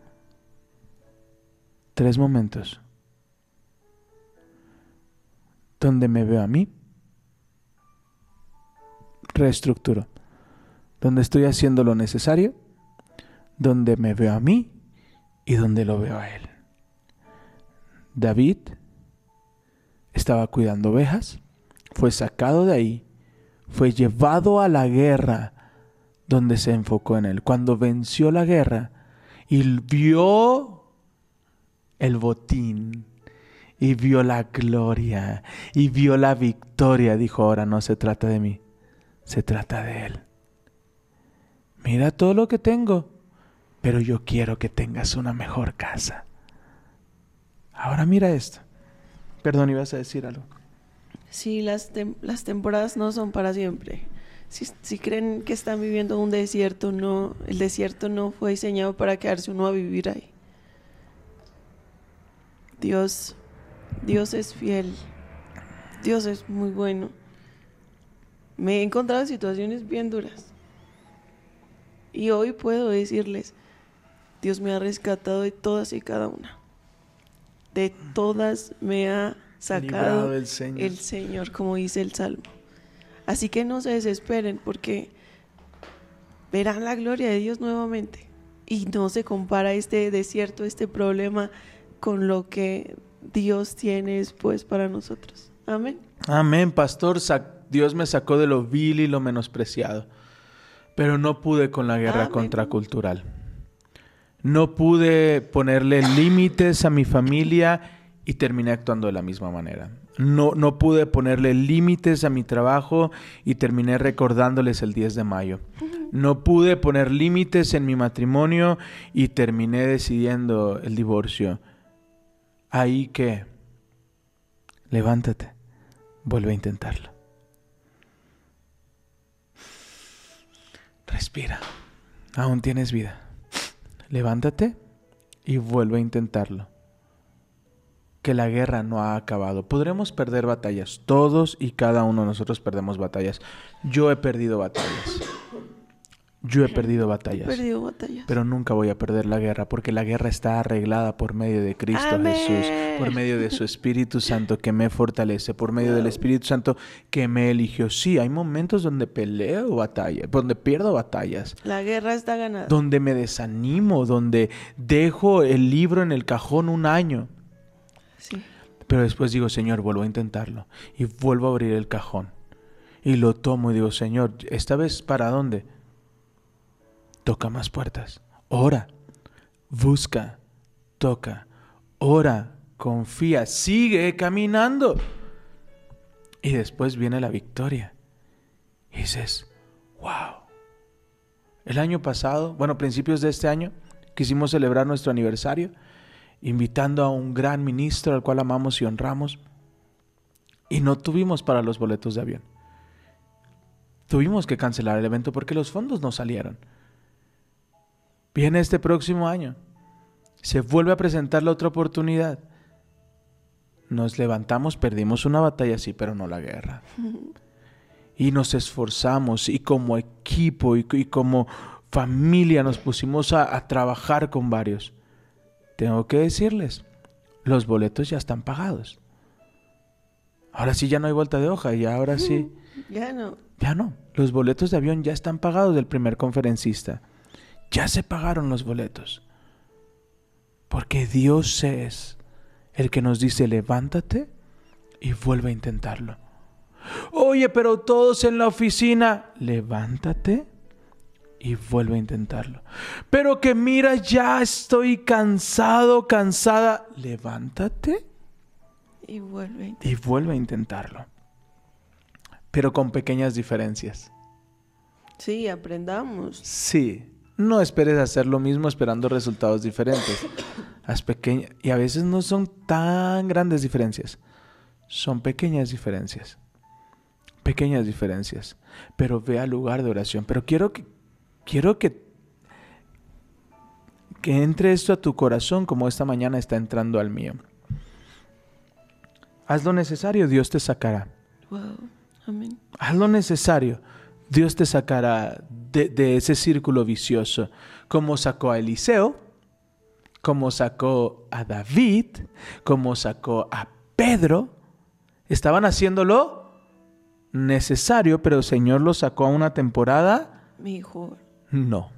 Tres momentos donde me veo a mí, reestructuro, donde estoy haciendo lo necesario, donde me veo a mí y donde lo veo a él. David estaba cuidando ovejas, fue sacado de ahí, fue llevado a la guerra donde se enfocó en él. Cuando venció la guerra y vio el botín y vio la gloria y vio la victoria, dijo, ahora no se trata de mí, se trata de él. Mira todo lo que tengo, pero yo quiero que tengas una mejor casa. Ahora mira esto. Perdón, ibas a decir algo. Sí, las, tem- las temporadas no son para siempre. Si, si creen que están viviendo un desierto, no, el desierto no fue diseñado para quedarse uno a vivir ahí. Dios, Dios es fiel. Dios es muy bueno. Me he encontrado en situaciones bien duras. Y hoy puedo decirles, Dios me ha rescatado de todas y cada una. De todas me ha sacado el Señor. el Señor, como dice el Salmo. Así que no se desesperen, porque verán la gloria de Dios nuevamente. Y no se compara este desierto, este problema, con lo que Dios tiene después para nosotros. Amén. Amén, pastor. Dios me sacó de lo vil y lo menospreciado. Pero no pude con la guerra Amén. contracultural. No pude ponerle límites a mi familia y terminé actuando de la misma manera. No, no pude ponerle límites a mi trabajo y terminé recordándoles el diez de mayo. No pude poner límites en mi matrimonio y terminé decidiendo el divorcio. Ahí que, levántate, vuelve a intentarlo. Respira, aún tienes vida. Levántate y vuelve a intentarlo. Que la guerra no ha acabado. Podremos perder batallas. Todos y cada uno de nosotros perdemos batallas. Yo he perdido batallas. Yo he perdido batallas. He perdido batallas. Pero nunca voy a perder la guerra, porque la guerra está arreglada por medio de Cristo Amén. Jesús, por medio de su Espíritu Santo que me fortalece, por medio del Espíritu Santo que me eligió. Sí, hay momentos donde peleo batallas, donde pierdo batallas. La guerra está ganada. Donde me desanimo, donde dejo el libro en el cajón un año. Sí. Pero después digo, Señor, vuelvo a intentarlo. Y vuelvo a abrir el cajón. Y lo tomo y digo, Señor, ¿esta vez para dónde? Toca más puertas. Ora. Busca. Toca. Ora. Confía. Sigue caminando. Y después viene la victoria. Y dices, wow. El año pasado, bueno, principios de este año, quisimos celebrar nuestro aniversario, invitando a un gran ministro al cual amamos y honramos. Y no tuvimos para los boletos de avión. Tuvimos que cancelar el evento porque los fondos no salieron. Viene este próximo año. Se vuelve a presentar la otra oportunidad. Nos levantamos, perdimos una batalla, sí, pero no la guerra. Y nos esforzamos y como equipo y, y como familia nos pusimos a, a trabajar con varios. Tengo que decirles, los boletos ya están pagados. Ahora sí ya no hay vuelta de hoja y ahora sí. Ya no. Ya no. Los boletos de avión ya están pagados del primer conferencista. Ya se pagaron los boletos. Porque Dios es el que nos dice, levántate y vuelve a intentarlo. Oye, pero todos en la oficina, levántate y vuelve a intentarlo. Pero que mira, ya estoy cansado, cansada. Levántate y vuelve a intentarlo. y vuelve a intentarlo. Pero con pequeñas diferencias. Sí, aprendamos. Sí. No esperes hacer lo mismo esperando resultados diferentes. Haz pequeñas, y a veces no son tan grandes diferencias. Son pequeñas diferencias. Pequeñas diferencias. Pero ve al lugar de oración. Pero quiero que, quiero que, que entre esto a tu corazón como esta mañana está entrando al mío. Haz lo necesario, Dios te sacará. Wow. Amén. Haz lo necesario. Dios te sacará de, de ese círculo vicioso, como sacó a Eliseo, como sacó a David, como sacó a Pedro. Estaban haciéndolo necesario, pero el Señor los sacó a una temporada Mejor. no.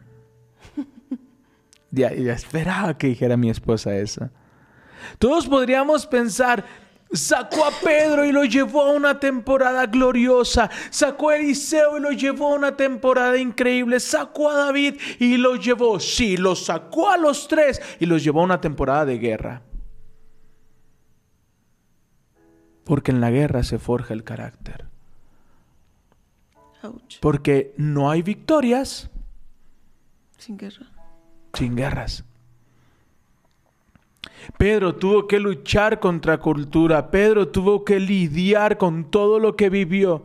Ya, ya esperaba que dijera mi esposa eso. Todos podríamos pensar, sacó a Pedro y lo llevó a una temporada gloriosa. Sacó a Eliseo y lo llevó a una temporada increíble. Sacó a David y lo llevó. Sí, los sacó a los tres y los llevó a una temporada de guerra. Porque en la guerra se forja el carácter. Ouch. Porque no hay victorias Sin guerra. sin guerras. Pedro tuvo que luchar contra cultura. Pedro tuvo que lidiar con todo lo que vivió.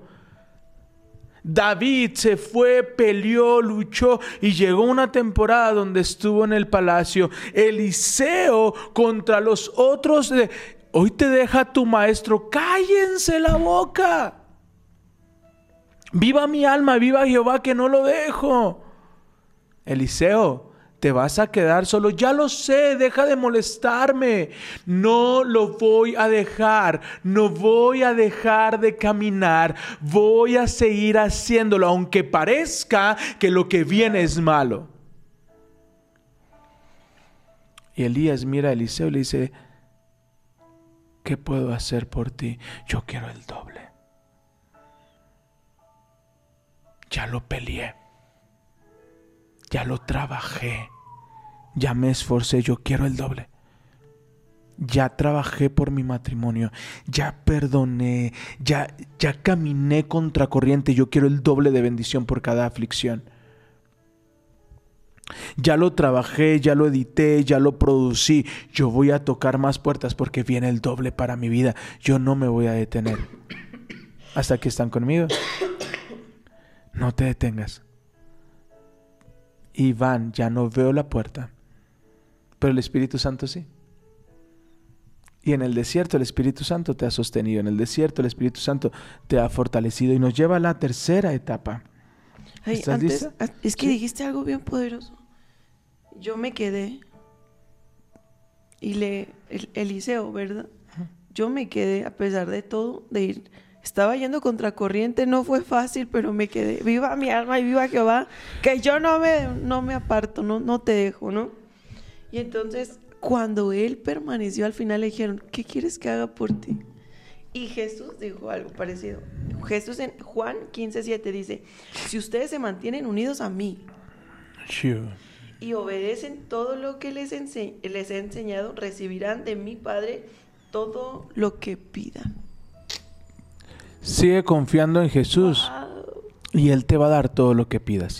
David se fue, peleó, luchó y llegó una temporada donde estuvo en el palacio. Eliseo contra los otros. De, hoy te deja tu maestro. Cállense la boca. Viva mi alma, viva Jehová que no lo dejo. Eliseo, te vas a quedar solo. Ya lo sé, deja de molestarme. No lo voy a dejar. No voy a dejar de caminar. Voy a seguir haciéndolo, aunque parezca que lo que viene es malo. Y Elías mira a Eliseo y le dice, ¿qué puedo hacer por ti? Yo quiero el doble. Ya lo peleé. Ya lo trabajé, ya me esforcé, yo quiero el doble. Ya trabajé por mi matrimonio, ya perdoné, ya, ya caminé contra corriente, yo quiero el doble de bendición por cada aflicción. Ya lo trabajé, ya lo edité, ya lo producí. Yo voy a tocar más puertas porque viene el doble para mi vida. Yo no me voy a detener. Hasta que están conmigo. No te detengas. Iván, ya no veo la puerta, pero el Espíritu Santo sí. Y en el desierto el Espíritu Santo te ha sostenido. En el desierto el Espíritu Santo te ha fortalecido. Y nos lleva a la tercera etapa. Ay, ¿Estás antes, lista? a- es que Sí. dijiste algo bien poderoso. Yo me quedé y le el, Eliseo, ¿verdad? Yo me quedé a pesar de todo, de ir. Estaba yendo contracorriente, no fue fácil, pero me quedé. Viva mi alma y viva Jehová, que yo no me, no me aparto, no, no te dejo, ¿no? Y entonces, cuando él permaneció, al final le dijeron, ¿qué quieres que haga por ti? Y Jesús dijo algo parecido. Jesús en Juan quince siete dice, si ustedes se mantienen unidos a mí Sure. y obedecen todo lo que les, ense- les he enseñado, recibirán de mi Padre todo lo que pidan. Sigue confiando en Jesús Wow. y Él te va a dar todo lo que pidas.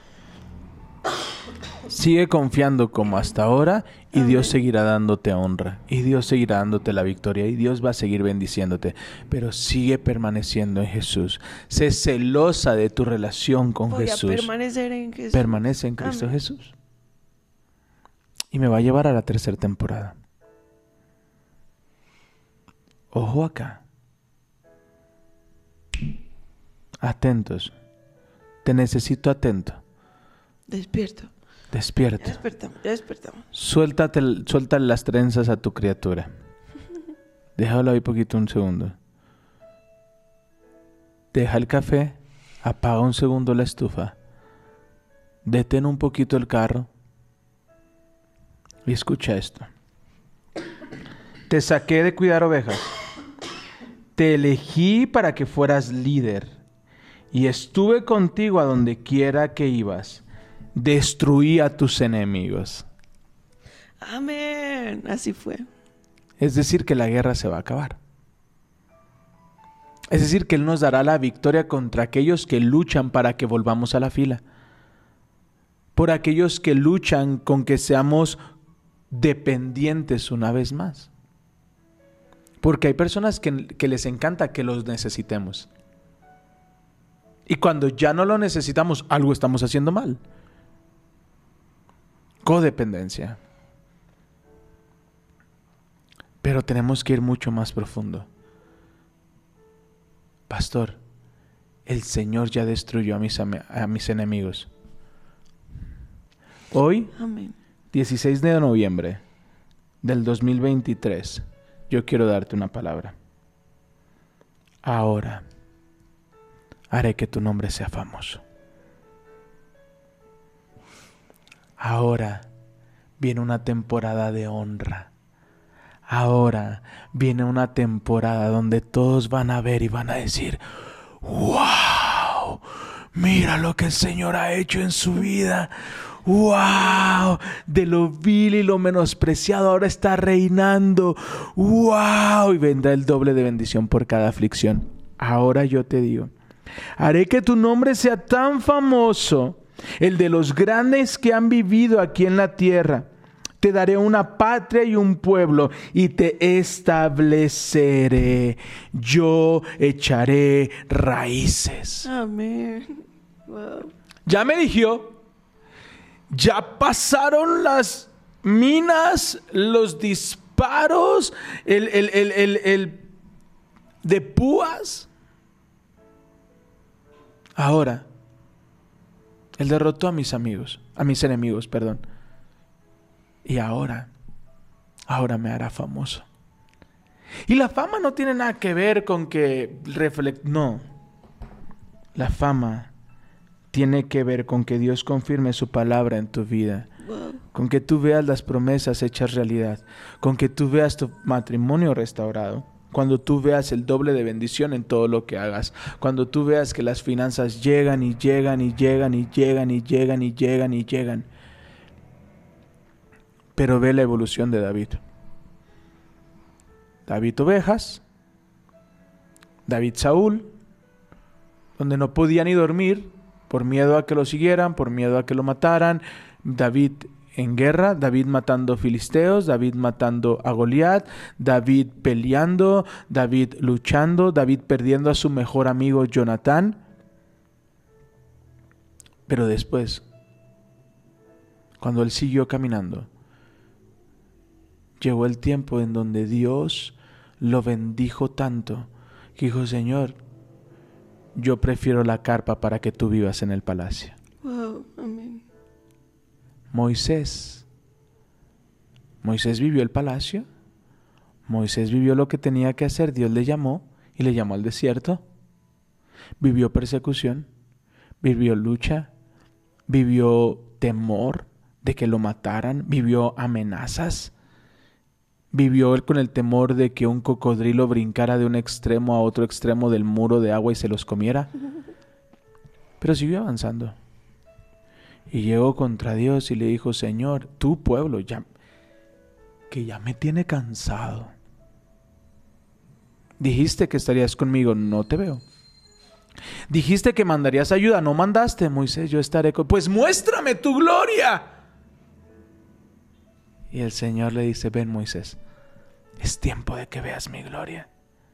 Sigue confiando como hasta ahora y Amén. Dios seguirá dándote honra y Dios seguirá dándote la victoria y Dios va a seguir bendiciéndote. Pero sigue permaneciendo en Jesús. Sé celosa de tu relación con Voy Jesús. a permanecer en Jesús. Permanece en Cristo Amén. Jesús. Y me va a llevar a la tercera temporada. Ojo acá. Atentos. Te necesito atento. Despierto. Ya Despierta. despertamos, ya despertamos. Suéltate, suéltale las trenzas a tu criatura. Déjalo ahí poquito, un segundo. Deja el café. Apaga un segundo la estufa. Detén un poquito el carro. Y escucha esto. Te saqué de cuidar ovejas. Te elegí para que fueras líder. Y estuve contigo a donde quiera que ibas. Destruí a tus enemigos. Amén. Así fue. Es decir, que la guerra se va a acabar. Es decir, que Él nos dará la victoria contra aquellos que luchan para que volvamos a la fila. Por aquellos que luchan con que seamos dependientes una vez más. Porque hay personas que, que les encanta que los necesitemos. Y cuando ya no lo necesitamos, algo estamos haciendo mal. Codependencia. Pero tenemos que ir mucho más profundo. Pastor, el Señor ya destruyó a mis, am- a mis enemigos. Hoy, Amén. dieciséis de noviembre del dos mil veintitrés, yo quiero darte una palabra. Ahora haré que tu nombre sea famoso. Ahora viene una temporada de honra. Ahora viene una temporada donde todos van a ver y van a decir, ¡wow! Mira lo que el Señor ha hecho en su vida. ¡Wow! De lo vil y lo menospreciado ahora está reinando. ¡Wow! Y vendrá el doble de bendición por cada aflicción. Ahora yo te digo, haré que tu nombre sea tan famoso, el de los grandes que han vivido aquí en la tierra. Te daré una patria y un pueblo y te estableceré. Yo echaré raíces. Amén. Wow. Ya me dijo, ya pasaron las minas, los disparos, el, el, el, el, el de púas. Ahora, Él derrotó a mis amigos, a mis enemigos, perdón. Y ahora, ahora me hará famoso. Y la fama no tiene nada que ver con que reflect... No. La fama tiene que ver con que Dios confirme su palabra en tu vida. Wow. Con que tú veas las promesas hechas realidad. Con que tú veas tu matrimonio restaurado. Cuando tú veas el doble de bendición en todo lo que hagas. Cuando tú veas que las finanzas llegan y llegan y llegan y llegan y llegan y llegan y llegan. Pero ve la evolución de David. David ovejas. David Saúl. Donde no podía ni dormir por miedo a que lo siguieran, por miedo a que lo mataran. David en guerra, David matando filisteos, David matando a Goliat, David peleando, David luchando, David perdiendo a su mejor amigo Jonatán. Pero después, cuando él siguió caminando, llegó el tiempo en donde Dios lo bendijo tanto que dijo: Señor, yo prefiero la carpa para que tú vivas en el palacio. Wow, amén. Moisés. Moisés vivió el palacio. Moisés vivió lo que tenía que hacer. Dios le llamó y le llamó al desierto. Vivió persecución. Vivió lucha. Vivió temor de que lo mataran. Vivió amenazas. Vivió él con el temor de que un cocodrilo brincara de un extremo a otro extremo del muro de agua y se los comiera. Pero siguió avanzando. Y llegó contra Dios y le dijo: Señor, tu pueblo ya, que ya me tiene cansado. Dijiste que estarías conmigo, no te veo. Dijiste que mandarías ayuda, no mandaste. Moisés, yo estaré con... Pues muéstrame tu gloria. Y el Señor le dice: ven, Moisés, es tiempo de que veas mi gloria.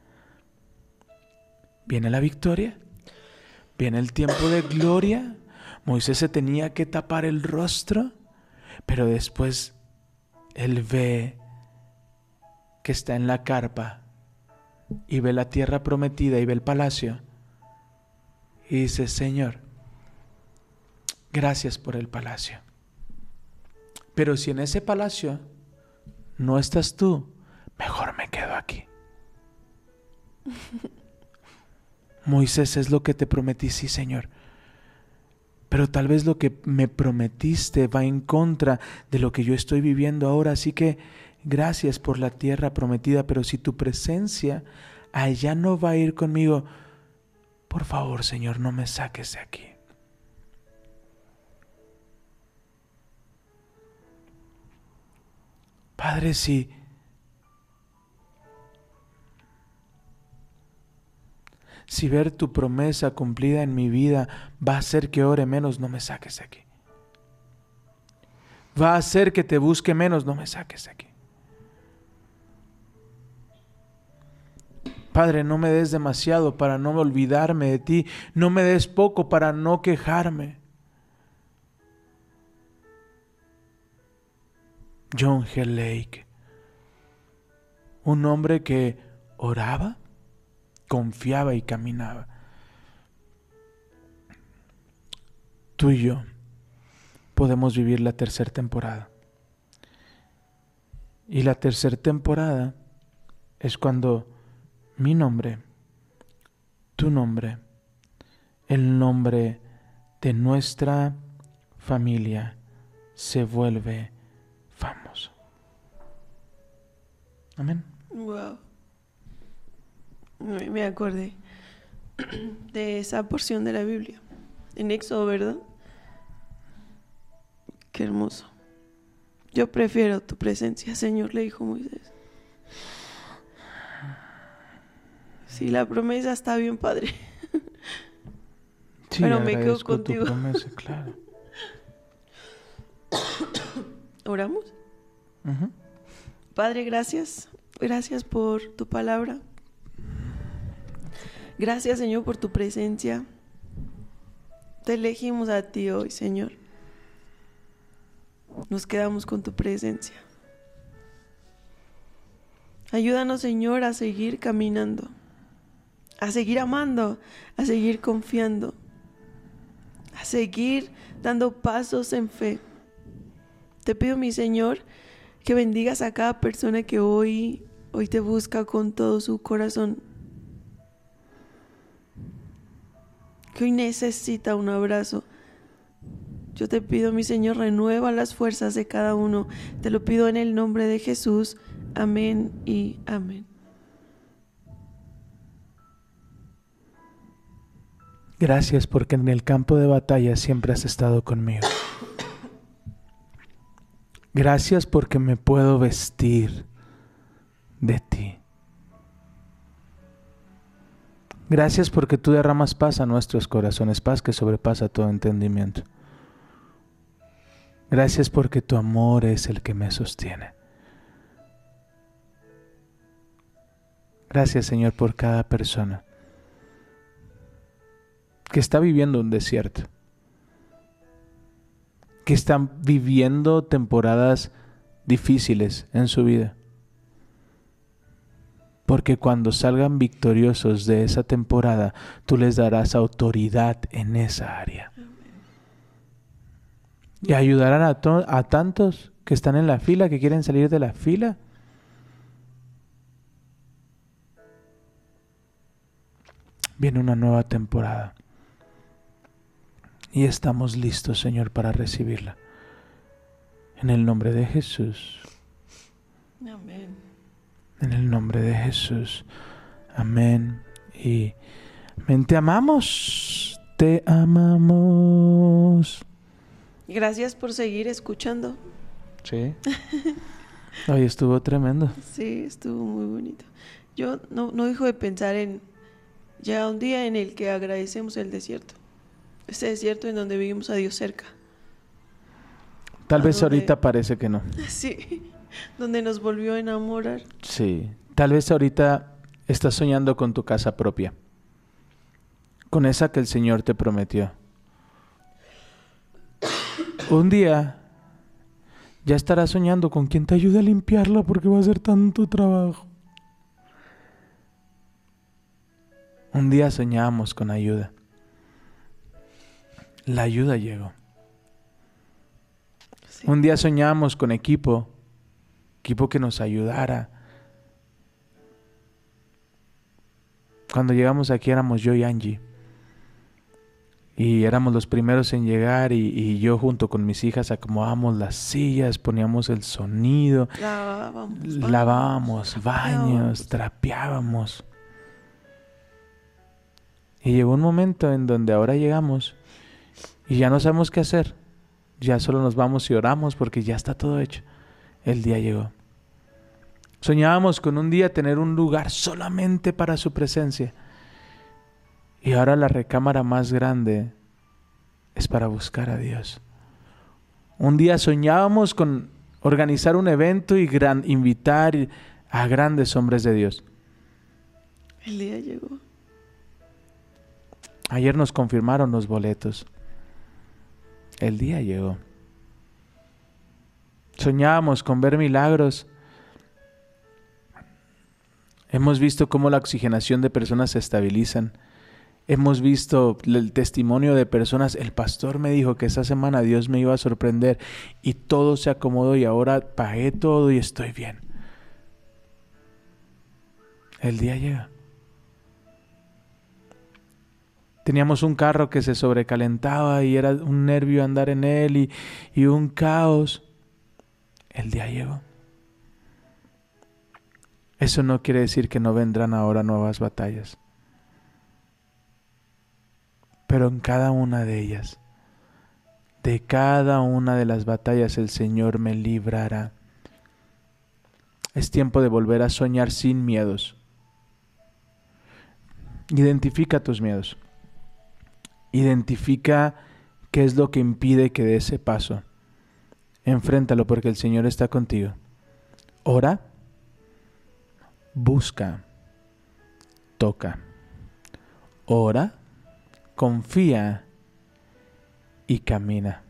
Viene la victoria, viene el tiempo de gloria. Moisés se tenía que tapar el rostro, pero después él ve que está en la carpa y ve la tierra prometida y ve el palacio y dice: Señor, gracias por el palacio, pero si en ese palacio no estás tú, mejor me quedo aquí. Moisés, es lo que te prometí, sí, Señor. Pero tal vez lo que me prometiste va en contra de lo que yo estoy viviendo ahora. Así que gracias por la tierra prometida. Pero si tu presencia allá no va a ir conmigo, por favor, Señor, no me saques de aquí. Padre, si... Si ver tu promesa cumplida en mi vida va a hacer que ore menos, no me saques de aquí. Va a hacer que te busque menos, no me saques de aquí. Padre, no me des demasiado para no olvidarme de ti. No me des poco para no quejarme. John G. Lake, un hombre que oraba, confiaba y caminaba. Tú y yo podemos vivir la tercera temporada. Y la tercera temporada es cuando mi nombre, tu nombre, el nombre de nuestra familia se vuelve famoso. Amén. Wow. Me me acordé de esa porción de la Biblia en Éxodo, ¿verdad? Qué hermoso. Yo prefiero tu presencia, Señor, le dijo Moisés. Sí, la promesa está bien, Padre. Sí, pero me quedo tu contigo. promesa, claro. ¿Oramos? Uh-huh. Padre, gracias. Gracias por tu palabra. Gracias, Señor, por tu presencia. Te elegimos a ti hoy, Señor. Nos quedamos con tu presencia. Ayúdanos, Señor, a seguir caminando, a seguir amando, a seguir confiando, a seguir dando pasos en fe. Te pido, mi Señor, que bendigas a cada persona que hoy, hoy te busca con todo su corazón, que hoy necesita un abrazo. Yo te pido, mi Señor, renueva las fuerzas de cada uno. Te lo pido en el nombre de Jesús. Amén y amén. Gracias porque en el campo de batalla siempre has estado conmigo. Gracias porque me puedo vestir de ti. Gracias porque tú derramas paz a nuestros corazones, paz que sobrepasa todo entendimiento. Gracias porque tu amor es el que me sostiene. Gracias, Señor, por cada persona que está viviendo un desierto, que están viviendo temporadas difíciles en su vida. Porque cuando salgan victoriosos de esa temporada, tú les darás autoridad en esa área. Y ayudarán a, to- a tantos que están en la fila, que quieren salir de la fila. Viene una nueva temporada. Y estamos listos, Señor, para recibirla. En el nombre de Jesús. Amén. En el nombre de Jesús. Amén. Y amén. Te amamos. Te amamos. Gracias por seguir escuchando. Sí. Hoy estuvo tremendo. Sí, estuvo muy bonito. Yo no, no dejo de pensar en ya un día en el que agradecemos el desierto. Este desierto en donde vivimos a Dios cerca. Tal ¿A vez dónde? ahorita parece que no. Sí, donde nos volvió a enamorar. Sí. Tal vez ahorita estás soñando con tu casa propia. Con esa que el Señor te prometió. Un día ya estarás soñando con quien te ayude a limpiarla porque va a ser tanto trabajo. Un día soñábamos con ayuda. La ayuda llegó. Sí. Un día soñábamos con equipo, equipo que nos ayudara. Cuando llegamos aquí éramos yo y Angie. Y éramos los primeros en llegar y, y yo junto con mis hijas acomodábamos las sillas, poníamos el sonido, Lavábamos, lavábamos baños, trapeábamos. Y llegó un momento en donde ahora llegamos y ya no sabemos qué hacer. Ya solo nos vamos y oramos porque ya está todo hecho. El día llegó. Soñábamos con un día tener un lugar solamente para su presencia. Y ahora la recámara más grande es para buscar a Dios. Un día soñábamos con organizar un evento y gran, invitar a grandes hombres de Dios. El día llegó. Ayer nos confirmaron los boletos. El día llegó. Soñábamos con ver milagros. Hemos visto cómo la oxigenación de personas se estabilizan. Hemos visto el testimonio de personas. El pastor me dijo que esta semana Dios me iba a sorprender y todo se acomodó y ahora pagué todo y estoy bien. El día llega. Teníamos un carro que se sobrecalentaba y era un nervio andar en él y, y un caos. El día llegó. Eso no quiere decir que no vendrán ahora nuevas batallas. Pero en cada una de ellas, de cada una de las batallas el Señor me librará. Es tiempo de volver a soñar sin miedos. Identifica tus miedos. Identifica qué es lo que impide que dé ese paso. Enfréntalo porque el Señor está contigo. Ora, busca, toca. Ora, confía y camina.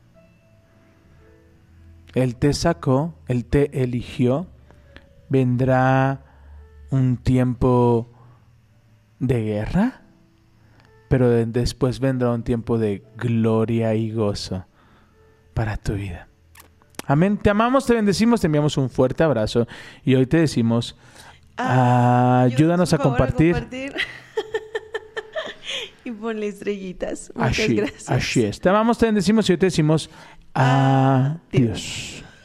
Él te sacó, Él te eligió. Vendrá un tiempo de guerra, pero de- después vendrá un tiempo de gloria y gozo para tu vida. Amén. Te amamos, te bendecimos, te enviamos un fuerte abrazo y hoy te decimos, Ah, ayúdanos a por favor, compartir. compartir. Y ponle estrellitas. Muchas Así, gracias. así es. Te amamos, te bendecimos y hoy te decimos adiós.